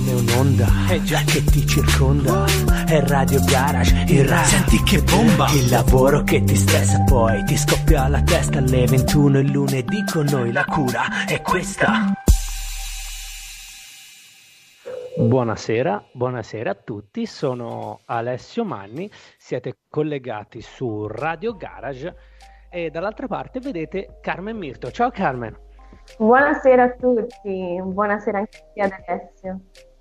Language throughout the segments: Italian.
come un'onda che ti circonda. È Radio Garage, il rap, senti che bomba. Il lavoro che ti stressa poi ti scoppia la testa. Alle 21 il lunedì con noi la cura è questa. Buonasera a tutti, sono Alessio Manni, siete collegati su Radio Garage e dall'altra parte vedete Carmen Mirto. Ciao Carmen. Buonasera a tutti, buonasera anche ad Alessio.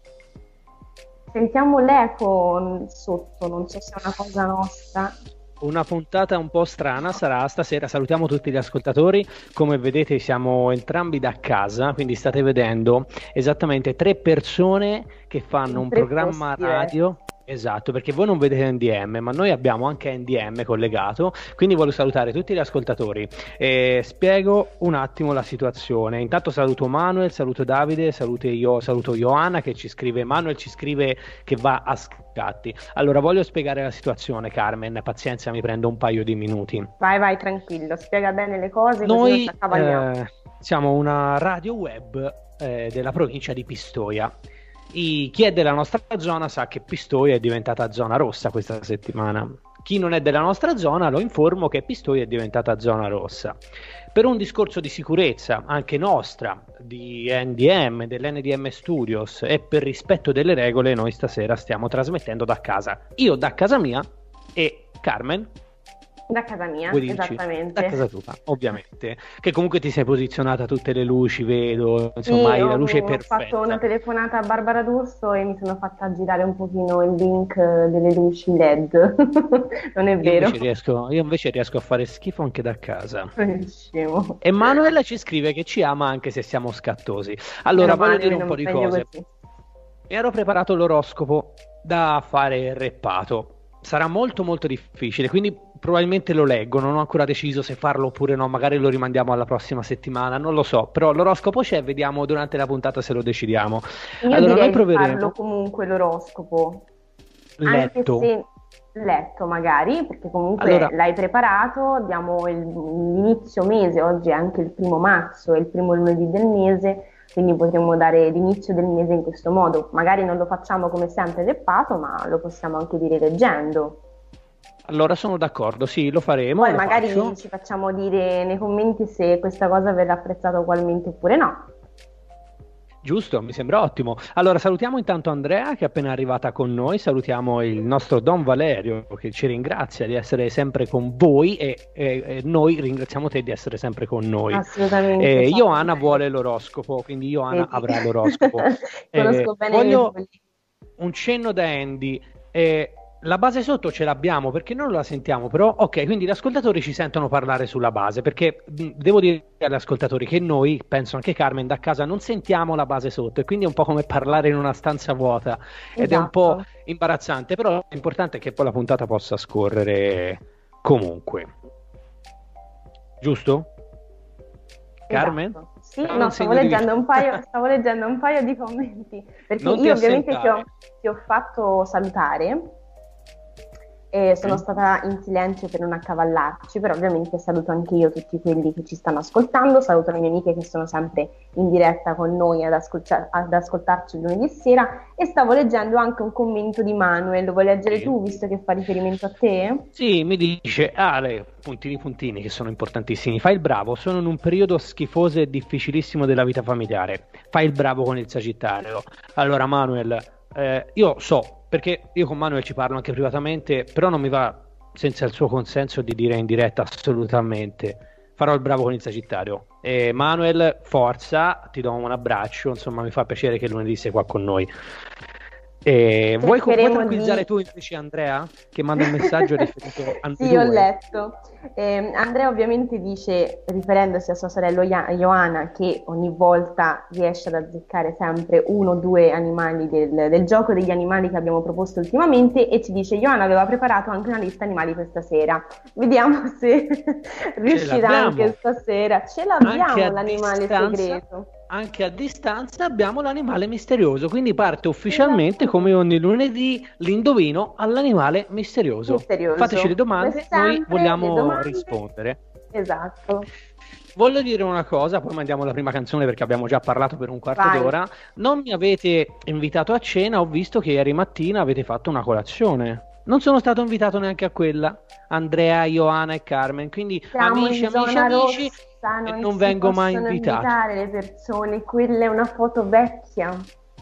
Sentiamo l'eco sotto, non so se è una cosa nostra. Una puntata un po' strana sarà stasera. Salutiamo tutti gli ascoltatori. Come vedete siamo entrambi da casa, quindi state vedendo esattamente 3 persone che fanno un programma radio. Esatto, perché voi non vedete NDM, ma noi abbiamo anche NDM collegato, quindi voglio salutare tutti gli ascoltatori e spiego un attimo la situazione. Intanto saluto Manuel, saluto Davide, saluto Ioana che ci scrive, Manuel ci scrive che va a scatti. Allora voglio spiegare la situazione, Carmen, pazienza, mi prendo un paio di minuti. Vai tranquillo, spiega bene le cose. Noi siamo una radio web della provincia di Pistoia. Chi è della nostra zona sa che Pistoia è diventata zona rossa questa settimana. Chi non è della nostra zona lo informo che Pistoia è diventata zona rossa. Per un discorso di sicurezza, anche nostra, di NDM, dell'NDM Studios e per rispetto delle regole, noi stasera stiamo trasmettendo da casa. Io da casa mia e Carmen da casa mia, esattamente. Da casa tua, ovviamente. Che comunque ti sei posizionata a tutte le luci, vedo, insomma, la luce è perfetta. Ho fatto una telefonata a Barbara D'Urso e mi sono fatta girare un pochino il link delle luci LED. Non è vero? Io invece riesco a fare schifo anche da casa. Scemo. E Manuela ci scrive che ci ama anche se siamo scattosi. Allora, voglio dire un po' di cose. Mi ero preparato l'oroscopo da fare reppato. Sarà molto molto difficile, quindi probabilmente lo leggo, non ho ancora deciso se farlo oppure no, magari lo rimandiamo alla prossima settimana, non lo so, però l'oroscopo c'è, vediamo durante la puntata se lo decidiamo. Io allora noi proveremo farlo comunque l'oroscopo, letto. Anche se letto magari, perché comunque l'hai preparato, diamo l'inizio mese, oggi è anche il 1 marzo, è il primo lunedì del mese, quindi potremmo dare l'inizio del mese in questo modo. Magari non lo facciamo come sempre reppato, ma lo possiamo anche dire leggendo. Allora sono d'accordo, sì, lo faremo. Poi magari ci facciamo dire nei commenti se questa cosa verrà apprezzata ugualmente oppure no. Giusto, mi sembra ottimo. Allora salutiamo intanto Andrea che è appena arrivata con noi, salutiamo il nostro Don Valerio che ci ringrazia di essere sempre con voi e noi ringraziamo te di essere sempre con noi. Assolutamente. Ioana vuole l'oroscopo, quindi Ioana avrà l'oroscopo. Conosco bene voglio un cenno da Andy. La base sotto ce l'abbiamo perché non la sentiamo, però ok, quindi gli ascoltatori ci sentono parlare sulla base, perché devo dire agli ascoltatori che noi, penso anche Carmen da casa, non sentiamo la base sotto e quindi è un po' come parlare in una stanza vuota ed è un po' imbarazzante, però l'importante è che poi la puntata possa scorrere comunque. Giusto? Carmen? Esatto. Sì, no, stavo leggendo un paio di commenti, perché non io ovviamente ti ho fatto salutare. Sono stata in silenzio per non accavallarci, però ovviamente saluto anche io tutti quelli che ci stanno ascoltando, saluto le mie amiche che sono sempre in diretta con noi ad ascoltarci il lunedì sera e stavo leggendo anche un commento di Manuel, lo vuoi leggere tu visto che fa riferimento a te? Sì, mi dice, Ale, puntini che sono importantissimi, fai il bravo, sono in un periodo schifoso e difficilissimo della vita familiare, fai il bravo con il Sagittario. Allora Manuel, io so, perché io con Manuel ci parlo anche privatamente, però non mi va senza il suo consenso di dire in diretta assolutamente. Farò il bravo con il Sagittario. Manuel, forza, ti do un abbraccio, insomma mi fa piacere che lunedì sei qua con noi. Vuoi tranquillizzare tu invece Andrea che manda un messaggio riferito a noi? Sì, ho letto. Andrea ovviamente dice, riferendosi a sua sorella Ioana, che ogni volta riesce ad azzeccare sempre 1 o 2 animali del gioco degli animali che abbiamo proposto ultimamente, e ci dice Ioana aveva preparato anche una lista animali per stasera. Vediamo se riuscirà anche stasera. Ce l'abbiamo l'animale segreto. Anche a distanza abbiamo l'animale misterioso, quindi parte ufficialmente come ogni lunedì l'indovino all'animale misterioso. Fateci le domande, noi vogliamo rispondere. Esatto. Voglio dire una cosa, poi mandiamo la prima canzone perché abbiamo già parlato per un quarto Vai. d'ora. Non mi avete invitato a cena, ho visto che ieri mattina avete fatto una colazione. Non sono stato invitato neanche a quella. Andrea, Ioana e Carmen, quindi Siamo amici, in zona amici, rossa, e non non si vengo mai possono invitato. invitare le persone, quella è una foto vecchia.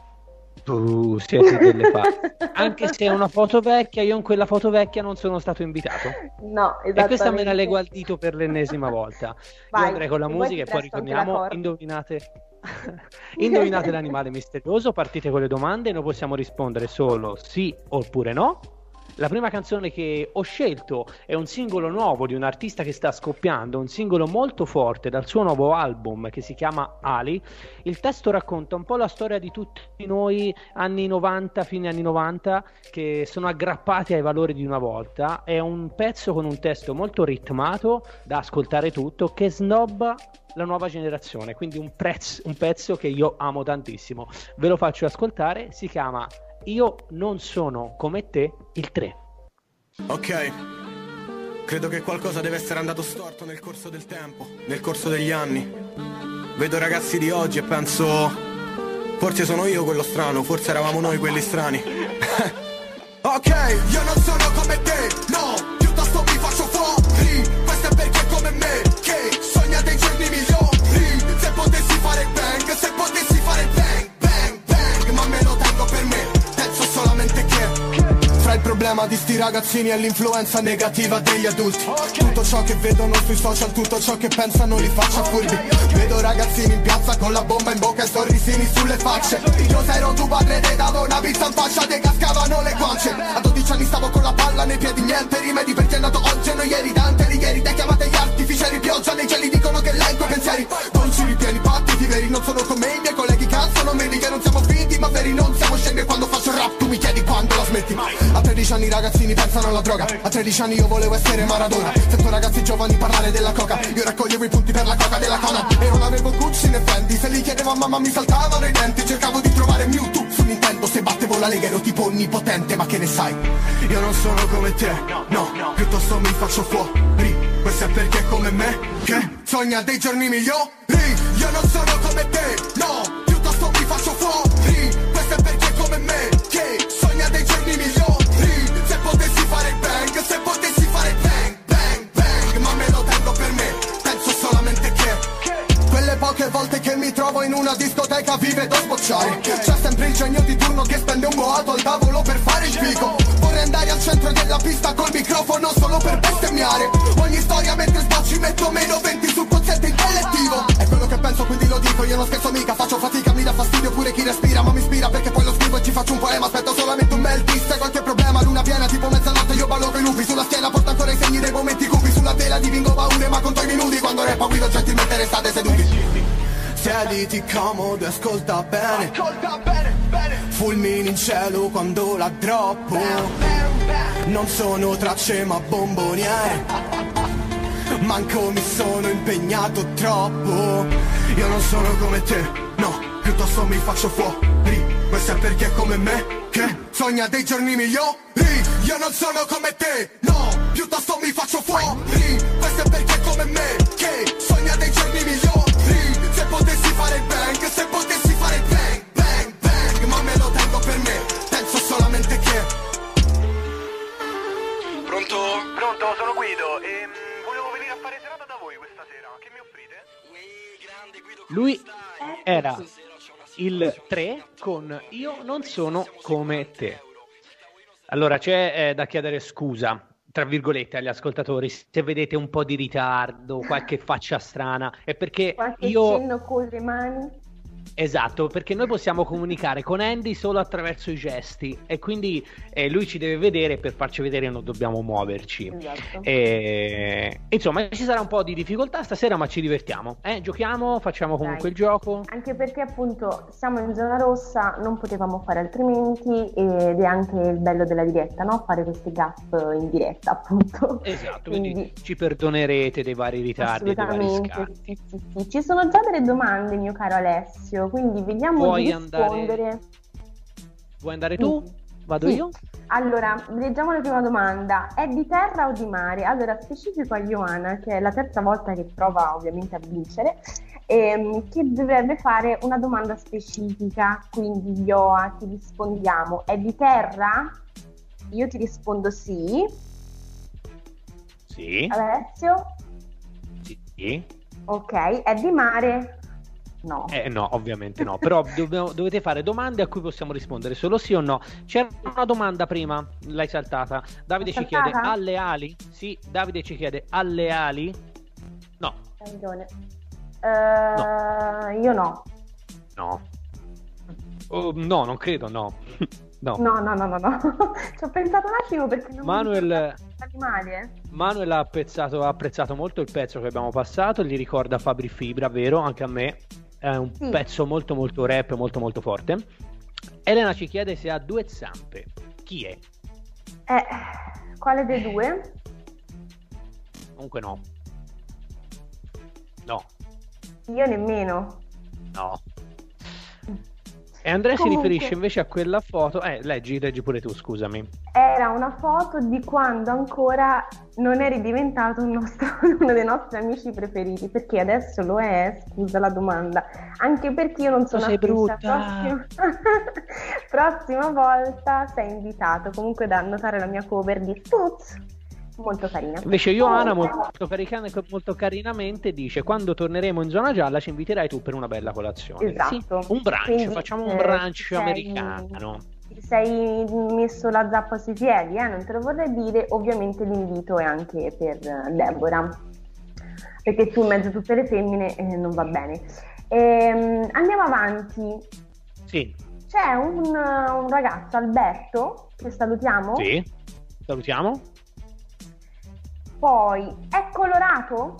Siete delle pazze. Anche se è una foto vecchia, io in quella foto vecchia non sono stato invitato. No, E questa me la esattamente. leggo al dito per l'ennesima volta. Io Vai, andrei con la se vuoi musica ti e poi presto anche la ritorniamo. corda. Indovinate. Indovinate l'animale misterioso, partite con le domande e noi possiamo rispondere solo sì oppure no. La prima canzone che ho scelto è un singolo nuovo di un artista che sta scoppiando, un singolo molto forte dal suo nuovo album che si chiama Ali. Il testo racconta un po' la storia di tutti noi anni 90, fine anni 90, che sono aggrappati ai valori di una volta. È un pezzo con un testo molto ritmato da ascoltare tutto, che snobba la nuova generazione, quindi un pezzo che io amo tantissimo. Ve lo faccio ascoltare, si chiama Io non sono come te, il 3. Ok, credo che qualcosa deve essere andato storto nel corso del tempo, nel corso degli anni. Vedo ragazzi di oggi e penso, forse sono io quello strano, forse eravamo noi quelli strani. Ok, io non sono come te, no, piuttosto mi faccio fuori. Questo è perché come me, che sogna dei giorni migliori. Se potessi fare bang, se potessi fare bang, bang, bang, ma me lo tengo per me, penso solamente che fra il problema di sti ragazzini e l'influenza negativa degli adulti, tutto ciò che vedono sui social, tutto ciò che pensano li faccia furbi. Vedo ragazzini in piazza con la bomba in bocca e sorrisini sulle facce. Io se ero tuo padre te davo una pizza in faccia, te cascavano le guance. A 12 anni stavo con la palla nei piedi, niente rimedi perché è nato oggi e non ieri. Dante ieri te chiamate gli artificieri, pioggia nei cieli dicono che lengo i pensieri. Dolci ripieni, battiti veri, non sono come i miei colleghi, cazzo non vedi che non siamo finti ma veri, non siamo scemi. E quando faccio rap tu mi chiedi quando la smetti. A 13 anni i ragazzini pensano alla droga, a 13 anni io volevo essere Maradona. Sento ragazzi giovani parlare della coca, io raccoglievo i punti per la coca della cona. E non avevo Gucci né Fendi, se li chiedevo a mamma mi saltavano i denti. Cercavo di trovare Mewtwo su Nintendo, se battevo la Lega ero tipo onnipotente. Ma che ne sai, io non sono come te, no, piuttosto mi faccio fuori. Questo è perché come me, che sogna dei giorni migliori. Io non sono come te, no, piuttosto mi faccio fuori. Questo è perché come me, che sogna dei giorni migliori. Se potessi fare bang, se potessi fare bang, bang, bang, ma me lo tengo per me, penso solamente che quelle poche volte che mi trovo in una discoteca vi vedo sbocciare. C'è sempre il genio di turno che spende un boato al tavolo per fare il figo. Vorrei andare al centro della pista col microfono solo per bestemmiare. Ogni storia mentre sbocci metto meno 20 sul quoziente intellettivo. È quello che penso quindi lo dico, io non scherzo mica. Faccio fatica, mi dà fastidio pure chi respira, ma mi ispira perché poi lo scrivo e ci faccio un poema. Aspetto solamente un bel kiss, se qualche problema luna piena tipo mezzanotte io ballo coi lupi. Sulla schiena porto ancora i segni dei momenti cupi. Sulla tela dipingo paure ma conto i minuti. Quando rappa guido gentilmente restate seduti. Siediti comodo e ascolta bene, fulmini in cielo quando la droppo. Non sono tracce ma bomboniere, manco mi sono impegnato troppo. Io non sono come te, no, piuttosto mi faccio fuori. Questo è perché come me, che sogna dei giorni migliori. Io non sono come te, no, piuttosto mi faccio fuori. Questo è perché come me, che sogna dei giorni migliori. Se potessi fare bang, se potessi fare bang, bang, bang, ma me lo tengo per me, penso solamente che. Pronto? Pronto, sono Guido e volevo venire a fare serata da voi questa sera. Che mi offrite? Lui era il 3 con Io non sono come te. Allora c'è da chiedere scusa, tra virgolette, agli ascoltatori se vedete un po' di ritardo, qualche faccia strana, è perché Qualche io... cenno con le mani. Esatto, perché noi possiamo comunicare con Andy solo attraverso i gesti e quindi lui ci deve vedere, per farci vedere non dobbiamo muoverci. Esatto. Insomma, ci sarà un po' di difficoltà stasera, ma ci divertiamo. Giochiamo, facciamo comunque il gioco. Anche perché appunto siamo in zona rossa, non potevamo fare altrimenti ed è anche il bello della diretta, no? Fare questi gap in diretta, appunto. Esatto, quindi ci perdonerete dei vari ritardi e dei vari scatti. Sì. Ci sono già delle domande, mio caro Alessio, quindi vediamo Vuoi di rispondere. Vuoi andare tu? Vado Sì. io? Allora, leggiamo la prima domanda. È di terra o di mare? Allora, specifico a Ioana, che è la terza volta che prova ovviamente a vincere, che dovrebbe fare una domanda specifica. Quindi, Ioa, ti rispondiamo. È di terra? Io ti rispondo sì. Sì. Alessio? Sì. Ok. È di mare? No. No, ovviamente no, però dovete fare domande a cui possiamo rispondere solo sì o no. C'era una domanda prima, l'hai saltata. Davide L'ho ci chiede saltata? alle ali? Sì, Davide ci chiede alle ali? No, Hai ragione. no, Io no. no. Oh, no, non credo, no. No. No. Ci ho pensato un attimo perché non mi ricordo animali, Manuel ha apprezzato molto il pezzo che abbiamo passato, gli ricorda Fabri Fibra, vero? Anche a me. È un Sì. pezzo molto molto rap, molto molto forte. Elena ci chiede se ha due zampe. Chi è? Quale dei due? Comunque no. No. Io nemmeno. No. E Andrea si Comunque, riferisce invece a quella foto. Leggi pure tu, scusami. era una foto di quando ancora non eri diventato uno dei nostri amici preferiti, perché adesso lo è, scusa la domanda, anche perché io non sono sei affiscia. brutta. Prossima volta sei invitato. Comunque da annotare la mia cover di Stutz, molto carina. Invece Ioana molto carinamente dice: quando torneremo in zona gialla ci inviterai tu per una bella colazione. Esatto. Sì, un brunch, Quindi, facciamo un brunch ti americano. Ti sei messo la zappa sui piedi, non te lo vorrei dire. Ovviamente l'invito è anche per Deborah, perché tu in mezzo a tutte le femmine non va bene. Andiamo avanti. Sì. C'è un ragazzo, Alberto, che salutiamo. Sì, salutiamo. Poi è colorato?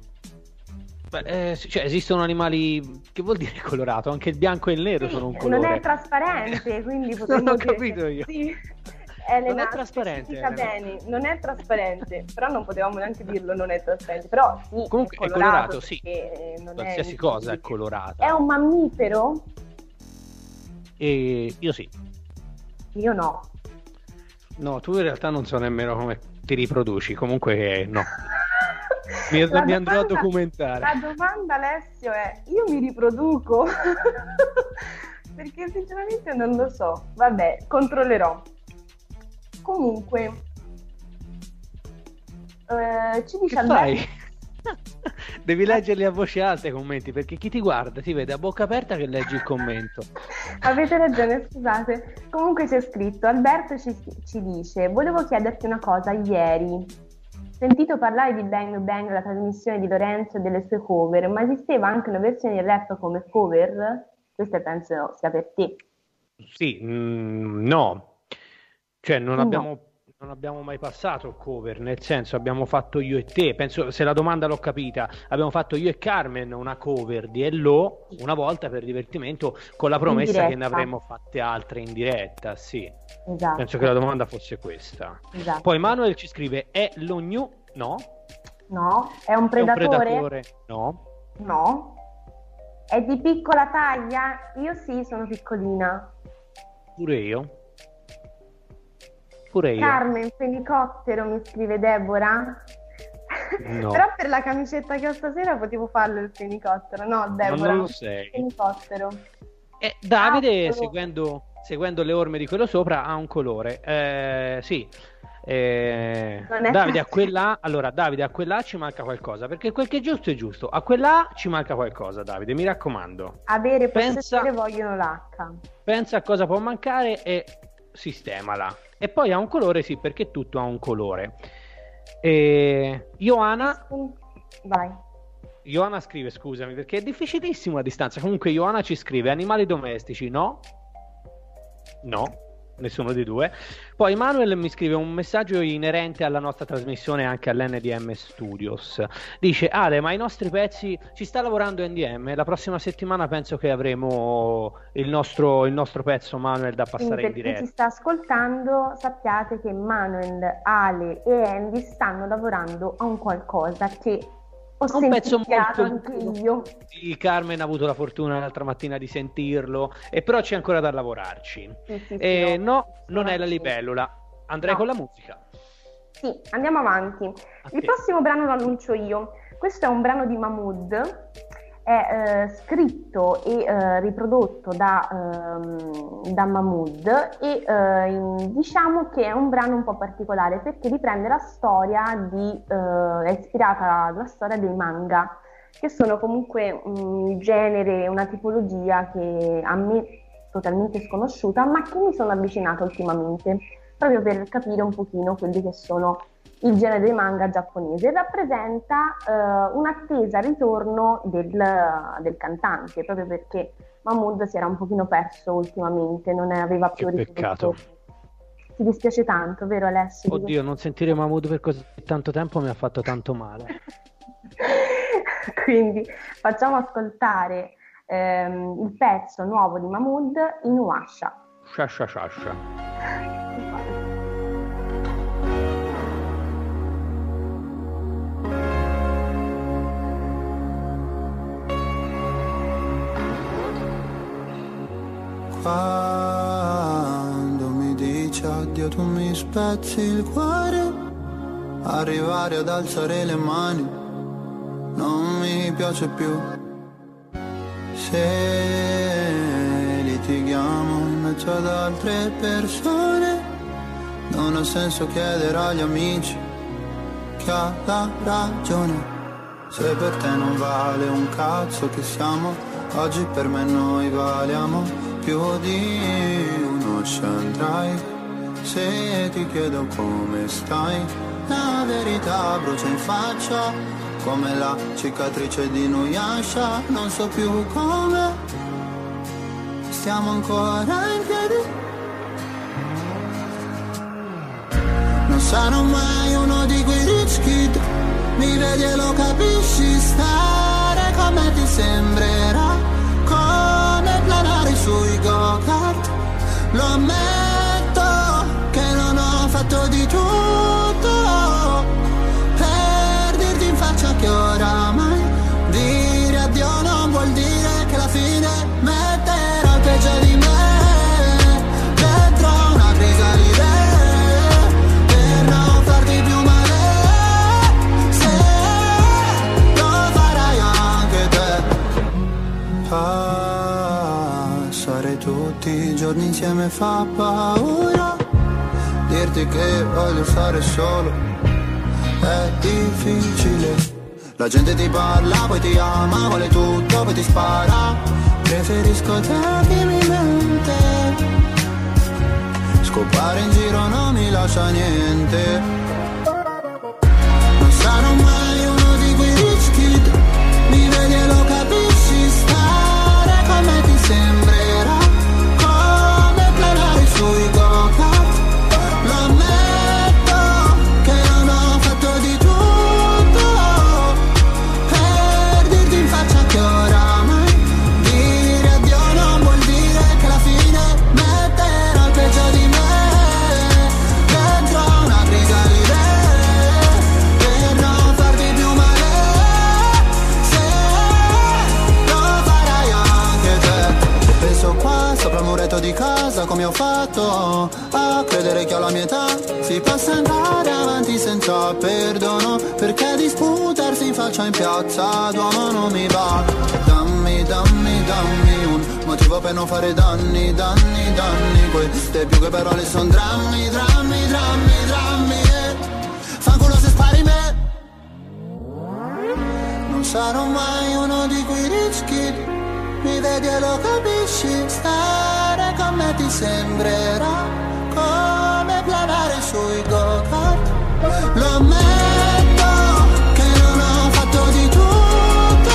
Cioè, esistono animali. Che vuol dire colorato? Anche il bianco e il nero sono un colore. Non è trasparente, quindi Non ho potremmo dire. capito io. Sì. Elena, Non è trasparente, specifica Elena. bene, non è trasparente, però non potevamo neanche dirlo, non è trasparente, però sì, Comunque è è colorato, sì. perché non Qualsiasi è cosa è colorata. È un mammifero? E io sì. Io no. No, tu in realtà non so nemmeno come ti riproduci. Comunque no. Mi andrò a documentare. La domanda, Alessio, è: io mi riproduco? Perché sinceramente non lo so. Vabbè, controllerò. Comunque, ci dice Che Alberto. fai? Devi leggerli a voce alta i commenti, perché chi ti guarda ti vede a bocca aperta che leggi il commento. Avete ragione, scusate. Comunque c'è scritto: Alberto ci dice: volevo chiederti una cosa. Ieri sentito parlare di Bang Bang, la trasmissione di Lorenzo e delle sue cover, ma esisteva anche una versione di rap come cover? Questa penso sia per te. Sì, no. Cioè non No. abbiamo mai passato cover, nel senso abbiamo fatto io e te, penso, se la domanda l'ho capita, abbiamo fatto io e Carmen una cover di Hello una volta per divertimento, con la promessa che ne avremmo fatte altre in diretta, sì. Esatto. Penso che la domanda fosse questa. Esatto. Poi Manuel ci scrive: è lo new? No. No. È un È un predatore? predatore? No. No. È di piccola taglia? Io sì, sono piccolina. Pure io. Carmen, felicottero, mi scrive Deborah. No. Però per la camicetta che ho stasera potevo farlo il fenicottero. No, Deborah. Non lo sei. Fenicottero. Davide, seguendo le orme di quello sopra, ha un colore. Sì. Davide a quella ci manca qualcosa, perché quel che è giusto, a quella ci manca qualcosa. Davide, mi raccomando, avere possessore vogliono l'H. Pensa a cosa può mancare e sistemala. E poi ha un colore, sì, perché tutto ha un colore. Ioana scrive, scusami, perché è difficilissimo a distanza. Comunque Ioana ci scrive: animali domestici, no, nessuno dei due. Poi Manuel mi scrive un messaggio inerente alla nostra trasmissione anche all'NDM Studios. Dice: Ale, ma i nostri pezzi, ci sta lavorando NDM, la prossima settimana penso che avremo il nostro pezzo, Manuel, da passare in diretta. Per chi ci sta ascoltando, sappiate che Manuel, Ale e Andy stanno lavorando a un qualcosa che Ho un pezzo sentito molto anche io. Sì, Carmen ha avuto la fortuna l'altra mattina di sentirlo, e però c'è ancora da lavorarci. Sì, No, non è la libellula. Andrei No. con la musica. Sì, andiamo avanti. Il Ok. prossimo brano lo annuncio io. Questo è un brano di Mahmood, è scritto e riprodotto da Mahmood e diciamo che è un brano un po' particolare perché riprende la storia è ispirata alla storia dei manga, che sono comunque un genere, una tipologia che a me totalmente sconosciutta, ma che mi sono avvicinata ultimamente, proprio per capire un pochino quelli che sono il genere dei manga giapponese. Rappresenta un atteso ritorno del cantante, proprio perché Mahmood si era un pochino perso ultimamente, non aveva più Che peccato. riproduzione. Ti dispiace tanto, vero Alessio? Oddio, non sentire Mahmood per così tanto tempo mi ha fatto tanto male. Quindi facciamo ascoltare il pezzo nuovo di Mahmood, Inuyasha. Sha sha sha sha. Quando mi dici addio tu mi spezzi il cuore, arrivare ad alzare le mani non mi piace più. Se litighiamo in mezzo ad altre persone, non ha senso chiedere agli amici chi ha la ragione. Se per te non vale un cazzo che siamo, oggi per me noi valiamo più di uno ocean drive. Se ti chiedo come stai, la verità brucia in faccia come la cicatrice di Inuyasha. Non so più come stiamo ancora in piedi. Non sarò mai uno di quei rich kid, mi vedi e lo capisci, stare con me ti sembrerà come planare sui go-kart. Lo ammetto che non ho fatto di tutto per dirti in faccia che oramai dire addio non vuol dire che alla fine metterò il peggio di me dentro una crisalide per non farti più male. Se lo farai anche te, passare tutti i giorni insieme fa paura. Dirti che voglio stare solo è difficile. La gente ti parla, poi ti ama, vuole tutto, poi ti spara. Preferisco te che mi mente. Scopare in giro non mi lascia niente. Non sarò mai uno di quei rich kid, mi vedi e lo capisci, stare con me ti sembrerà come planare sui go-kart. Lo ammetto che non ho fatto di tutto per dirti in faccia che oramai dire addio non vuol dire che alla fine metterò il peggio di me dentro una crisalide per non farti più male. Se lo farai anche te. Penso qua sopra il muretto di casa come ho fatto a credere che ho la mia età, si possa andare avanti senza perdono, perché disputarsi in faccia in piazza Duomo non mi va. Dammi, dammi, dammi un motivo per non fare danni, danni, danni. Queste più che parole son drammi, drammi, drammi, drammi. Fanculo se spari me. Non sarò mai uno di quei rich kid, mi vedi e lo capisci, stare con me ti sembrerà come planare sui go-kart. Lo ammetto che non ho fatto di tutto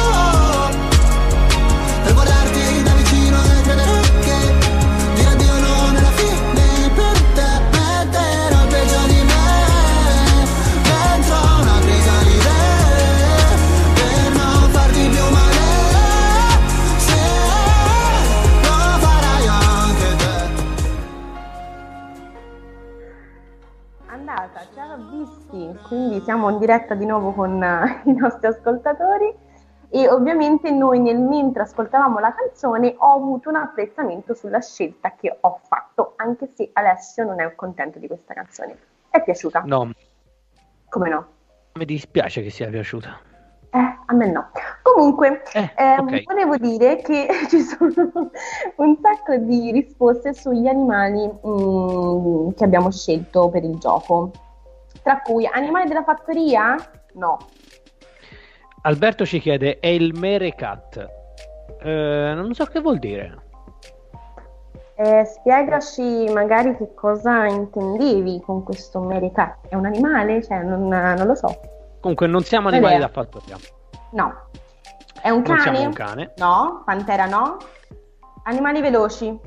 per guardarti da vicino e credere che dire addio non è la fine per te. Metterò il peggio di me dentro una crisalide per non farti più male. Se lo farai anche te. Andata, ciao visti. quindi siamo in diretta di nuovo con i nostri ascoltatori e ovviamente noi mentre ascoltavamo la canzone ho avuto un apprezzamento sulla scelta che ho fatto, anche se Alessio non è contento di questa canzone. È piaciuta? No. Come no? Mi dispiace che sia piaciuta. A me no. Comunque, Ok. volevo dire che ci sono un sacco di risposte sugli animali che abbiamo scelto per il gioco. Tra cui animali della fattoria? No. Alberto ci chiede, è il meerkat? Non so che vuol dire. Spiegaci magari che cosa intendevi con questo meerkat. È un animale? Cioè, non lo so. Comunque non siamo animali da fattoria. No. È un cane? Non siamo un cane. No. Pantera no. Animali veloci?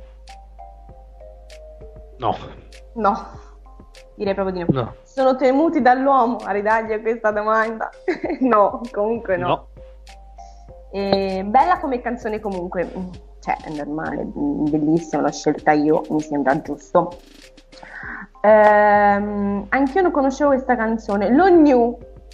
No. No. Direi proprio di no. No. Sono temuti dall'uomo a ridargli a questa domanda? No, comunque no. Bella come canzone comunque. Cioè, è normale, bellissima, l'ho scelta io, mi sembra giusto. Anch'io non conoscevo questa canzone. Lo New.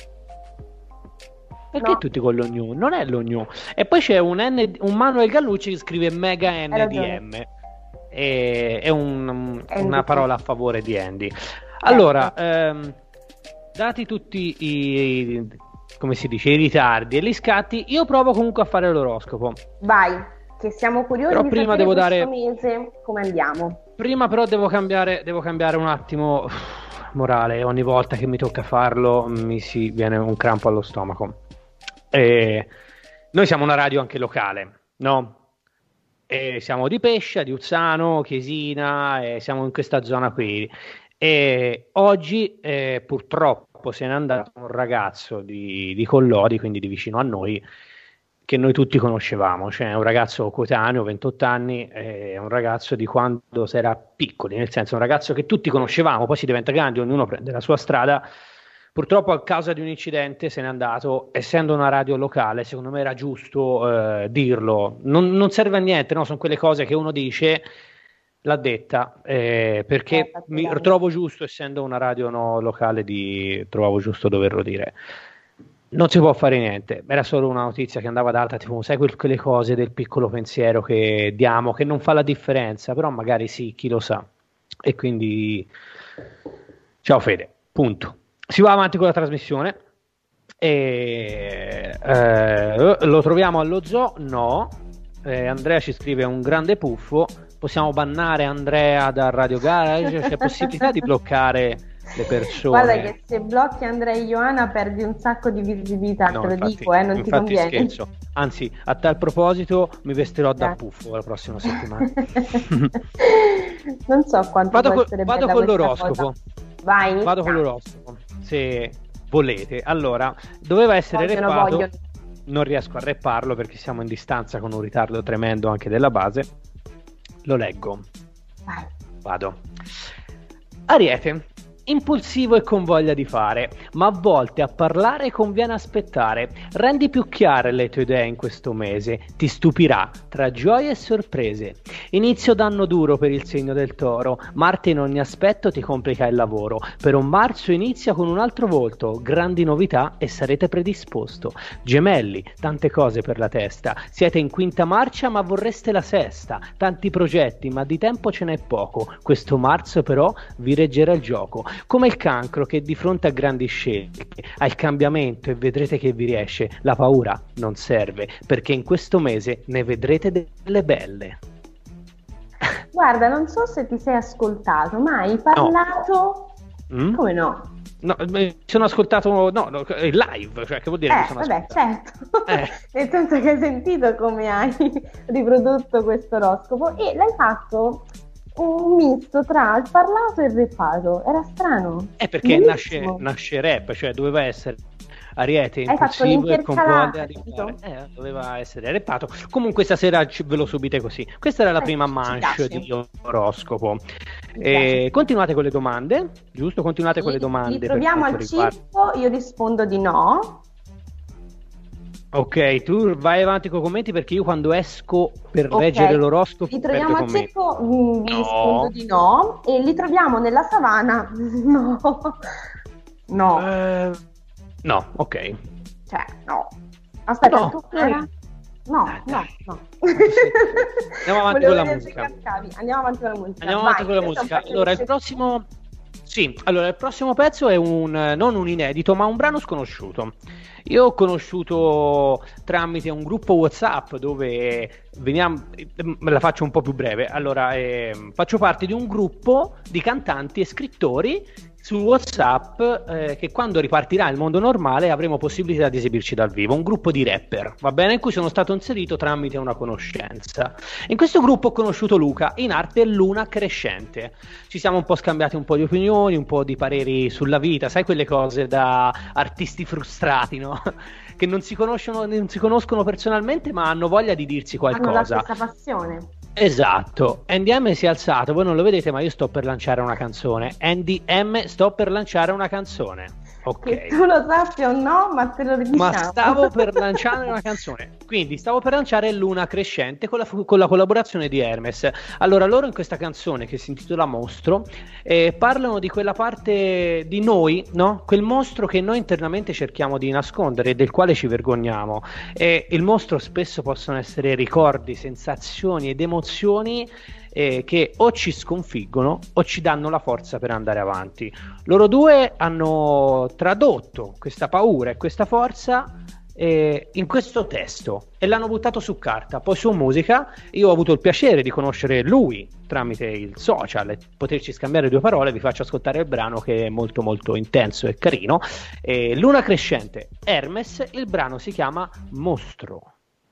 Perché No. tutti con lo new? Non è lo new. E poi c'è un Manuel Gallucci che scrive mega Hai ragione. NDM. È una NDM. parola a favore di Andy. Allora, dati tutti come si dice, i ritardi e gli scatti, io provo comunque a fare l'oroscopo. Vai, che siamo curiosi Però di prima sapere devo questo dare- mese come andiamo. Prima però devo cambiare un attimo morale. Ogni volta che mi tocca farlo mi si viene un crampo allo stomaco. Noi siamo una radio anche locale, no? E siamo di Pescia, di Uzzano, Chiesina, e siamo in questa zona qui. E oggi purtroppo se n'è andato un ragazzo di Collodi, quindi di vicino a noi, che noi tutti conoscevamo, cioè un ragazzo coetaneo, 28 anni, un ragazzo di quando si era piccoli, nel senso un ragazzo che tutti conoscevamo, poi si diventa grandi, ognuno prende la sua strada. Purtroppo a causa di un incidente se n'è andato, essendo una radio locale, secondo me era giusto dirlo, non serve a niente, no? Sono quelle cose che uno dice, l'ha detta, perché mi trovo giusto, essendo una radio locale, trovavo giusto doverlo dire. Non si può fare niente, era solo una notizia che andava data, tipo, sai quelle cose del piccolo pensiero che diamo, che non fa la differenza, però magari sì, chi lo sa. E quindi, ciao Fede, punto. Si va avanti con la trasmissione. Lo troviamo allo zoo? No. Andrea ci scrive un grande puffo. Possiamo bannare Andrea dal Radio Garage? C'è possibilità di bloccare le persone? Guarda che se blocchi Andrea e Ioana perdi un sacco di visibilità, No, te lo infatti- dico, non ti infatti conviene. scherzo. Anzi, a tal proposito mi vestirò da puffo la prossima settimana. Non so quanto Vado può con essere bella questa l'oroscopo. cosa. Vai, inizia. Vado con l'oroscopo, se volete. Allora, doveva essere Vogliono, repato. vogliono. Non riesco a repparlo perché siamo in distanza con un ritardo tremendo anche della base. Lo leggo. Vai. Vado. Ariete. Impulsivo e con voglia di fare, ma a volte a parlare conviene aspettare. Rendi più chiare le tue idee in questo mese, ti stupirà tra gioie e sorprese. Inizio d'anno duro per il segno del Toro, Marte in ogni aspetto ti complica il lavoro. Per un marzo inizia con un altro volto, grandi novità e sarete predisposto. Gemelli, tante cose per la testa, siete in quinta marcia ma vorreste la sesta. Tanti progetti ma di tempo ce n'è poco, questo marzo però vi reggerà il gioco. Come il cancro che di fronte a grandi scelte ha il cambiamento e vedrete che vi riesce, la paura non serve, perché in questo mese ne vedrete delle belle. Guarda, non so se ti sei ascoltato, ma hai parlato... Come no? No, mi sono ascoltato live, cioè che vuol dire mi sono vabbè, ascoltato? certo. Nel senso che hai sentito come hai riprodotto questo oroscopo e l'hai fatto un misto tra il parlato e il reppato. Era strano. Perché Bellissimo. nasce rap, cioè doveva essere Ariete Hai fatto impulsivo e con voglia l'intercalata, di capito? fare. Doveva essere reppato. Comunque stasera ve lo subite così. Questa era la prima ci manche piace. di oroscopo. piace. Continuate con le domande, giusto? Continuate con le domande. Li per troviamo quanto al riguarda- circo, io rispondo di no. Ok, tu vai avanti con i commenti perché io quando esco per Ok. leggere l'oroscopo Li troviamo perdo al commenti. circo, vi rispondo di no. E li troviamo nella savana? No. No. No, ok. Cioè, no. Aspetta, No, tu era? No. Andiamo avanti Volevo con la vedere se musica. cascavi. Andiamo avanti con la musica. Andiamo avanti Vai, con la questo è un musica. pezzo Allora, che il prossimo pezzo è non un inedito, ma un brano sconosciuto. Io ho conosciuto tramite un gruppo WhatsApp dove me la faccio un po' più breve. Allora, faccio parte di un gruppo di cantanti e scrittori su WhatsApp che quando ripartirà il mondo normale avremo possibilità di esibirci dal vivo, un gruppo di rapper, va bene, in cui sono stato inserito tramite una conoscenza. In questo gruppo ho conosciuto Luca, in arte Luna Crescente. Ci siamo un po' scambiati un po' di opinioni, un po' di pareri sulla vita, sai quelle cose da artisti frustrati, no? Che non si conoscono personalmente, ma hanno voglia di dirsi qualcosa. hanno la stessa passione. Esatto, Andy M si è alzato, voi non lo vedete ma io sto per lanciare una canzone. Andy M, sto per lanciare una canzone. Ok. Che tu lo sappia o no, ma te lo diciamo. Ma stavo per lanciare una canzone, quindi stavo per lanciare Luna Crescente con la collaborazione di Hermes. Allora, loro in questa canzone che si intitola Mostro parlano di quella parte di noi, no? Quel mostro che noi internamente cerchiamo di nascondere e del quale ci vergogniamo. E il mostro spesso possono essere ricordi, sensazioni ed emozioni che o ci sconfiggono o ci danno la forza per andare avanti. Loro due hanno tradotto questa paura e questa forza in questo testo e l'hanno buttato su carta, poi su musica. Io ho avuto il piacere di conoscere lui tramite il social e poterci scambiare due parole. Vi faccio ascoltare il brano che è molto molto intenso e carino. Luna Crescente, Hermes, il brano si chiama Mostro.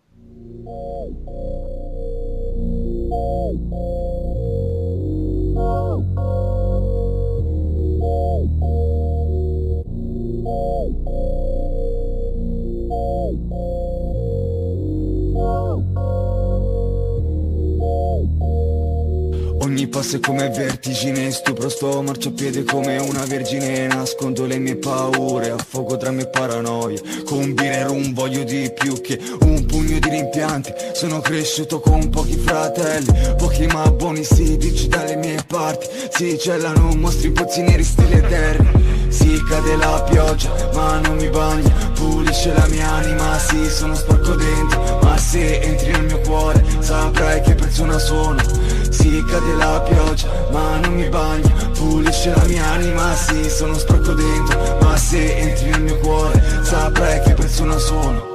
Ogni passo è come vertigine, stupro sto marciapiede come una vergine. Nascondo le mie paure, affogo tra mie paranoie. Con birra e rum voglio di più che un pugno di rimpianti. Sono cresciuto con pochi fratelli, pochi ma buoni si dice dalle mie parti. Si cellano mostri pozzi neri stile Terry. Si cade la pioggia ma non mi bagna, pulisce la mia anima, sì sono sporco dentro. Ma se entri nel mio cuore saprai che persona sono. Si cade la pioggia ma non mi bagna, pulisce la mia anima, sì sono sporco dentro. Ma se entri nel mio cuore saprai che persona sono.